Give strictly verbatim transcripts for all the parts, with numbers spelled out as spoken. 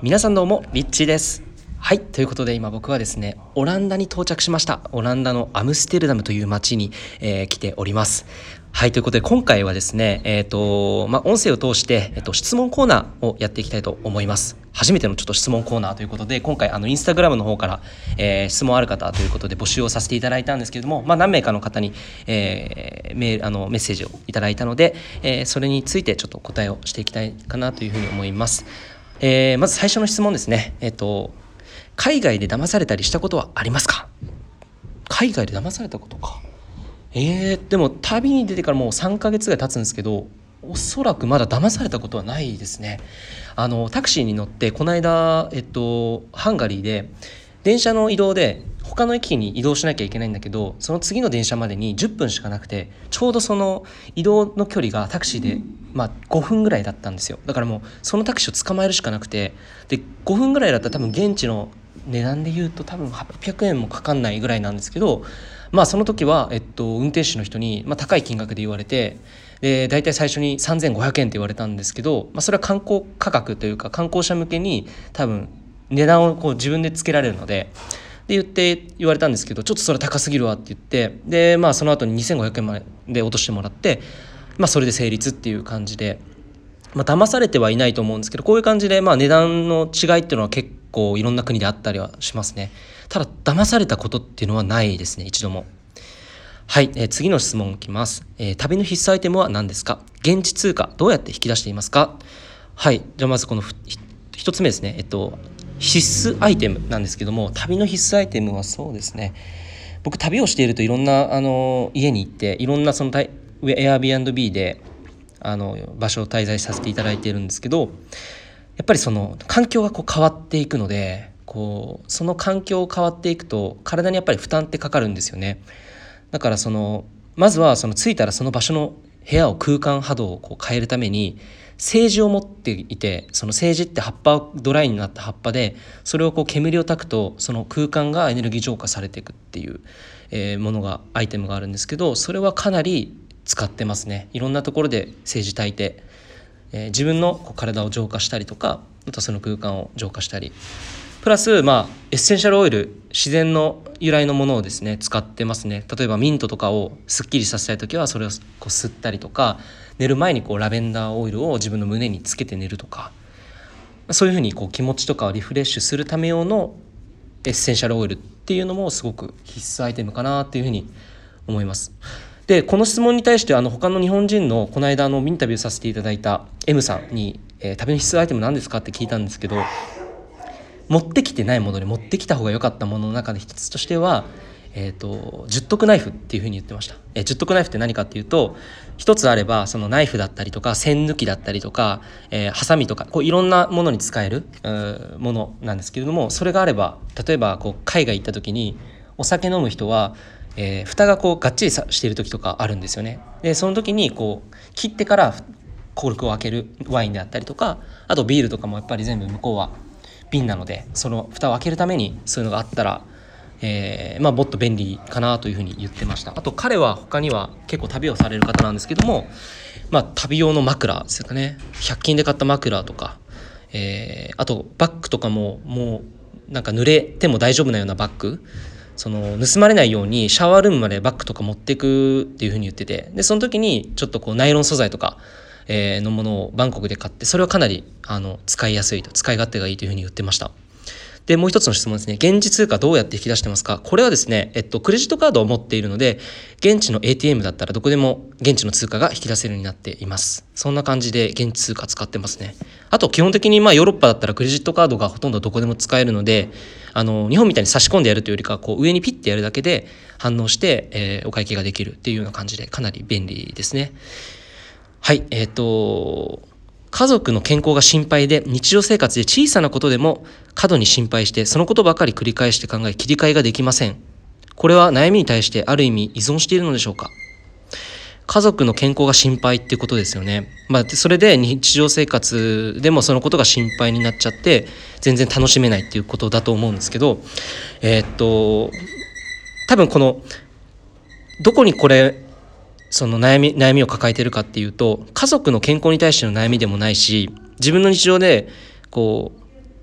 皆さんどうもリッチーです。はい、ということで今僕はですねオランダに到着しました。オランダのアムステルダムという街に、えー、来ております。はい、ということで今回はですねえっ、ー、とまあ音声を通して、えー、と質問コーナーをやっていきたいと思います。初めてのちょっと質問コーナーということで、今回あのインスタグラムの方から、えー、質問ある方ということで募集をさせていただいたんですけれども、まあ、何名かの方に、えー、メールあのメッセージをいただいたので、えー、それについてちょっと答えをしていきたいかなというふうに思います。えー、まず最初の質問ですね。えっ、ー、と海外で騙されたりしたことはありますか？海外で騙されたことか。えー、でも旅に出てからもうさんかげつぐらい経つんですけど、おそらくまだ騙されたことはないですね。あのタクシーに乗ってこの間、えっと、ハンガリーで電車の移動で他の駅に移動しなきゃいけないんだけど、その次の電車までにじゅっぷんしかなくて、ちょうどその移動の距離がタクシーで、まあ、ごふんぐらいだったんですよ。だからもうそのタクシーを捕まえるしかなくて、でごふんぐらいだったら多分現地の値段で言うと多分はっぴゃくえんもかかんないぐらいなんですけど、まあその時は、えっと、運転手の人に、まあ、高い金額で言われて、で大体最初にさんぜんごひゃくえんって言われたんですけど、まあ、それは観光価格というか観光者向けに多分値段をこう自分でつけられるのでで言って言われたんですけど、ちょっとそれ高すぎるわって言って、でまあその後ににせんごひゃくえんまで落としてもらって、まあそれで成立っていう感じで、まあ騙されてはいないと思うんですけど、こういう感じでまあ値段の違いっていうのは結構いろんな国であったりはしますね。ただ騙されたことっていうのはないですね、一度も。はい、えー、次の質問いきます、えー、旅の必須アイテムは何ですか？現地通貨どうやって引き出していますか？はい、じゃあまずこの一つ目ですね。えっと必須アイテムなんですけども、旅の必須アイテムはそうですね、僕旅をしているといろんなあの家に行っていろんなそのエアビーアンドビーであの場所を滞在させていただいているんですけど、やっぱりその環境がこう変わっていくので、こうその環境変わっていくと体にやっぱり負担ってかかるんですよね。だからそのまずはその着いたらその場所の部屋を空間波動をこう変えるためにセージを持っていて、そのセージって葉っぱドライになった葉っぱで、それをこう煙を焚くとその空間がエネルギー浄化されていくっていう、えー、ものがアイテムがあるんですけど、それはかなり使ってますね。いろんなところでセージ焚いて、えー、自分のこう体を浄化したりとか、あとその空間を浄化したり、プラス、まあ、エッセンシャルオイル、自然の由来のものをですね使ってますね。例えばミントとかをすっきりさせたいときはそれをこう吸ったりとか、寝る前にこうラベンダーオイルを自分の胸につけて寝るとか、そういうふうにこう気持ちとかをリフレッシュするため用のエッセンシャルオイルっていうのもすごく必須アイテムかなっていうふうに思います。でこの質問に対してあの他の日本人のこの間のインタビューさせていただいた M さんに、えー、旅の必須アイテム何ですかって聞いたんですけど、持ってきてないもので持ってきた方が良かったものの中で一つとしては、えーと、十徳ナイフっていうふうに言ってました。えー、十徳ナイフって何かっていうと、一つあればそのナイフだったりとか栓抜きだったりとか、えー、ハサミとかこういろんなものに使えるものなんですけれども、それがあれば例えばこう海外行った時にお酒飲む人は、えー、蓋がこうがっちりしている時とかあるんですよね。でその時にこう切ってからコルクを開けるワインであったりとか、あとビールとかもやっぱり全部向こうは瓶なので、その蓋を開けるためにそういうのがあったら、えーまあ、もっと便利かなというふうに言ってました。あと彼は他には結構旅をされる方なんですけども、まあ、旅用の枕ですかね、ひゃく均で買った枕とか、えー、あとバッグとかももうなんか濡れても大丈夫なようなバッグ、その盗まれないようにシャワールームまでバッグとか持っていくっていうふうに言ってて、でその時にちょっとこうナイロン素材とかのものをバンコクで買って、それはかなりあの使いやすいと、使い勝手がいいというふうに言ってました。でもう一つの質問ですね。現地通貨どうやって引き出してますか？これはですね、えっと、クレジットカードを持っているので、現地の エーティーエム だったらどこでも現地の通貨が引き出せるようになっています。そんな感じで現地通貨使ってますね。あと基本的にまあヨーロッパだったらクレジットカードがほとんどどこでも使えるので、あの日本みたいに差し込んでやるというよりかこう上にピッてやるだけで反応して、えー、お会計ができるっていうような感じでかなり便利ですね。はい、えっと家族の健康が心配で、日常生活で小さなことでも過度に心配して、そのことばかり繰り返して考え、切り替えができません。これは悩みに対してある意味依存しているのでしょうか？家族の健康が心配っていうことですよね。まあ、それで日常生活でもそのことが心配になっちゃって全然楽しめないっていうことだと思うんですけど、えー、っと多分このどこにこれその悩み悩みを抱えているかっていうと、家族の健康に対しての悩みでもないし、自分の日常でこう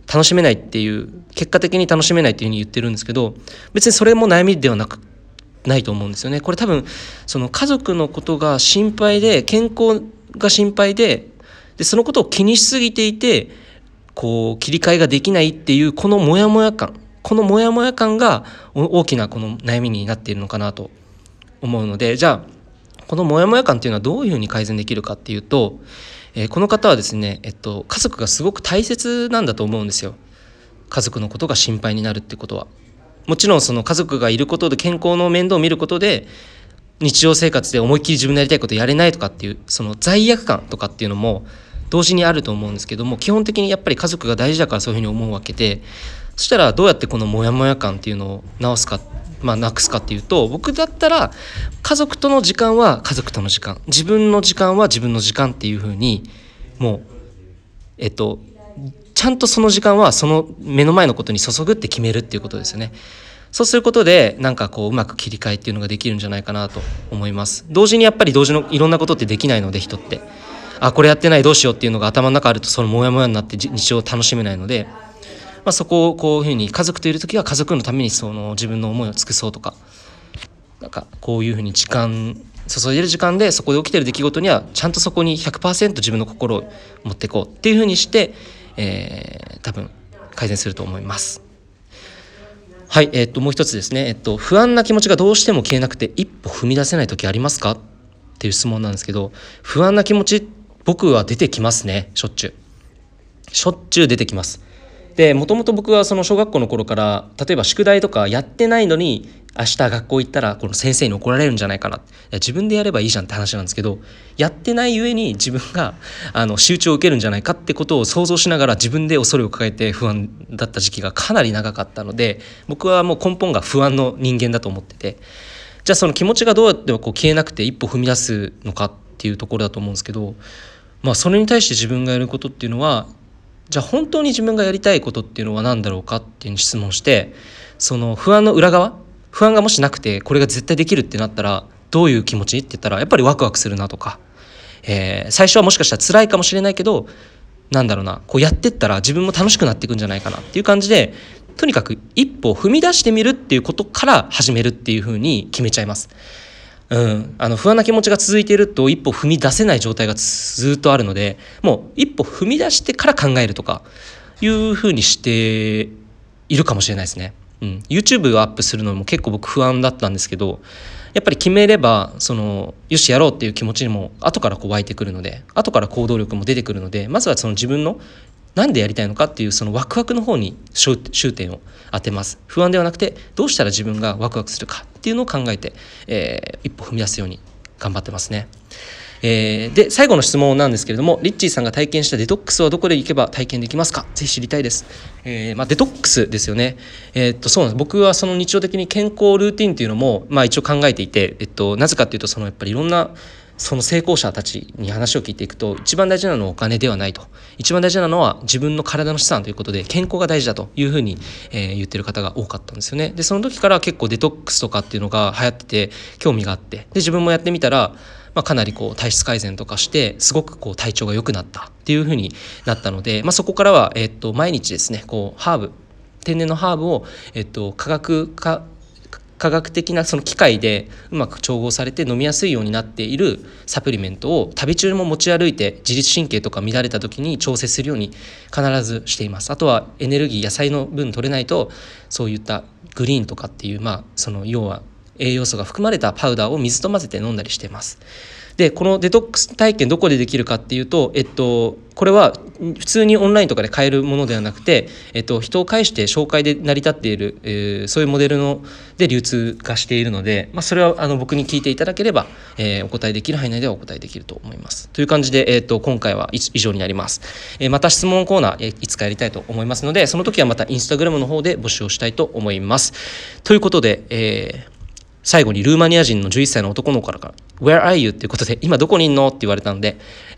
楽しめないっていう、結果的に楽しめないっていうふうに言ってるんですけど、別にそれも悩みではなくないと思うんですよね。これ多分その家族のことが心配で、健康が心配で、でそのことを気にしすぎていて、こう切り替えができないっていうこのモヤモヤ感、このモヤモヤ感が大きなこの悩みになっているのかなと思うので、じゃあこのモヤモヤ感っていうのはどういうふうに改善できるかっていうと、えー、この方はですね、えっと、家族がすごく大切なんだと思うんですよ。家族のことが心配になるってことは、もちろんその家族がいることで健康の面倒を見ることで日常生活で思いっきり自分のやりたいことやれないとかっていうその罪悪感とかっていうのも同時にあると思うんですけども、基本的にやっぱり家族が大事だからそういうふうに思うわけで、そしたらどうやってこのモヤモヤ感っていうのを直すか、まあ、なくすかっていうと、僕だったら家族との時間は家族との時間、自分の時間は自分の時間っていうふうに、もうえっとちゃんとその時間はその目の前のことに注ぐって決めるっていうことですよね。そうすることでなんかこううまく切り替えっていうのができるんじゃないかなと思います。同時にやっぱり同時のいろんなことってできないので、人ってあこれやってないどうしようっていうのが頭の中あると、そのモヤモヤになって日常を楽しめないので、まあ、そこをこういうふうに家族といるときは家族のためにその自分の思いを尽くそうとか、なんかこういうふうに時間注いでる時間でそこで起きてる出来事にはちゃんとそこに ひゃくパーセント 自分の心を持っていこうっていうふうにして、えー、多分改善すると思います。はい、えー、っともう一つですね、えっと、不安な気持ちがどうしても消えなくて一歩踏み出せない時ありますかっていう質問なんですけど、不安な気持ち僕は出てきますね。しょっちゅうしょっちゅう出てきます。でもともと僕はその小学校の頃から例えば宿題とかやってないのに明日学校行ったらこの先生に怒られるんじゃないかな、いや自分でやればいいじゃんって話なんですけど、やってないゆえに自分があの集中を受けるんじゃないかってことを想像しながら自分で恐れを抱えて不安だった時期がかなり長かったので、僕はもう根本が不安の人間だと思ってて、じゃあその気持ちがどうやってこう消えなくて一歩踏み出すのかっていうところだと思うんですけど、まあそれに対して自分がやることっていうのは、じゃあ本当に自分がやりたいことっていうのは何だろうかっていう質問して、その不安の裏側、不安がもしなくてこれが絶対できるってなったらどういう気持ちって言ったら、やっぱりワクワクするなとか、えー、最初はもしかしたら辛いかもしれないけど、なんだろうな、こうやってったら自分も楽しくなっていくんじゃないかなっていう感じで、とにかく一歩踏み出してみるっていうことから始めるっていうふうに決めちゃいます。うん、あの不安な気持ちが続いていると一歩踏み出せない状態がずっとあるので、もう一歩踏み出してから考えるとかいうふうにしているかもしれないですね。うん、YouTube をアップするのも結構僕不安だったんですけど、やっぱり決めればそのよしやろうっていう気持ちにも後からこう湧いてくるので、後から行動力も出てくるので、まずはその自分のなんでやりたいのかっていうそのワクワクの方に焦点を当てます。不安ではなくてどうしたら自分がワクワクするかっていうのを考えて、えー、一歩踏み出すように頑張ってますね。えー、で最後の質問なんですけれども、リッチーさんが体験したデトックスはどこで行けば体験できますか？ぜひ知りたいです。えーまあ、デトックスですよね。えー、っとそうなんです。僕はその日常的に健康ルーティンというのも、まあ、一応考えていて、えっと、なぜかというとそのやっぱりいろんなその成功者たちに話を聞いていくと、一番大事なのはお金ではないと、一番大事なのは自分の体の資産ということで健康が大事だというふうに、えー、言ってる方が多かったんですよね。でその時から結構デトックスとかっていうのが流行ってて興味があって、で自分もやってみたら、まあ、かなりこう体質改善とかしてすごくこう体調が良くなったっていうふうになったので、まあ、そこからは、えー、っと毎日ですね、こうハーブ、天然のハーブを、えー、っと科学化科学的なその機械でうまく調合されて飲みやすいようになっているサプリメントを旅中も持ち歩いて、自律神経とか乱れた時に調整するように必ずしています。あとはエネルギー、野菜の分取れないとそういったグリーンとかっていう、まあその要は栄養素が含まれたパウダーを水と混ぜて飲んだりしています。でこのデトックス体験どこでできるかっていうと、えっと、これは普通にオンラインとかで買えるものではなくて、えっと、人を介して紹介で成り立っている、えー、そういうモデルので流通化しているので、まあ、それはあの僕に聞いていただければ、えー、お答えできる範囲内ではお答えできると思います。という感じで、えっと、今回は以上になります。えー、また質問コーナー、えー、いつかやりたいと思いますので、その時はまたインスタグラムの方で募集をしたいと思います。ということで、えー最後にルーマニア人のじゅういっさいの男の子から Where are you? っていうことで、今どこにいんのって言われたので、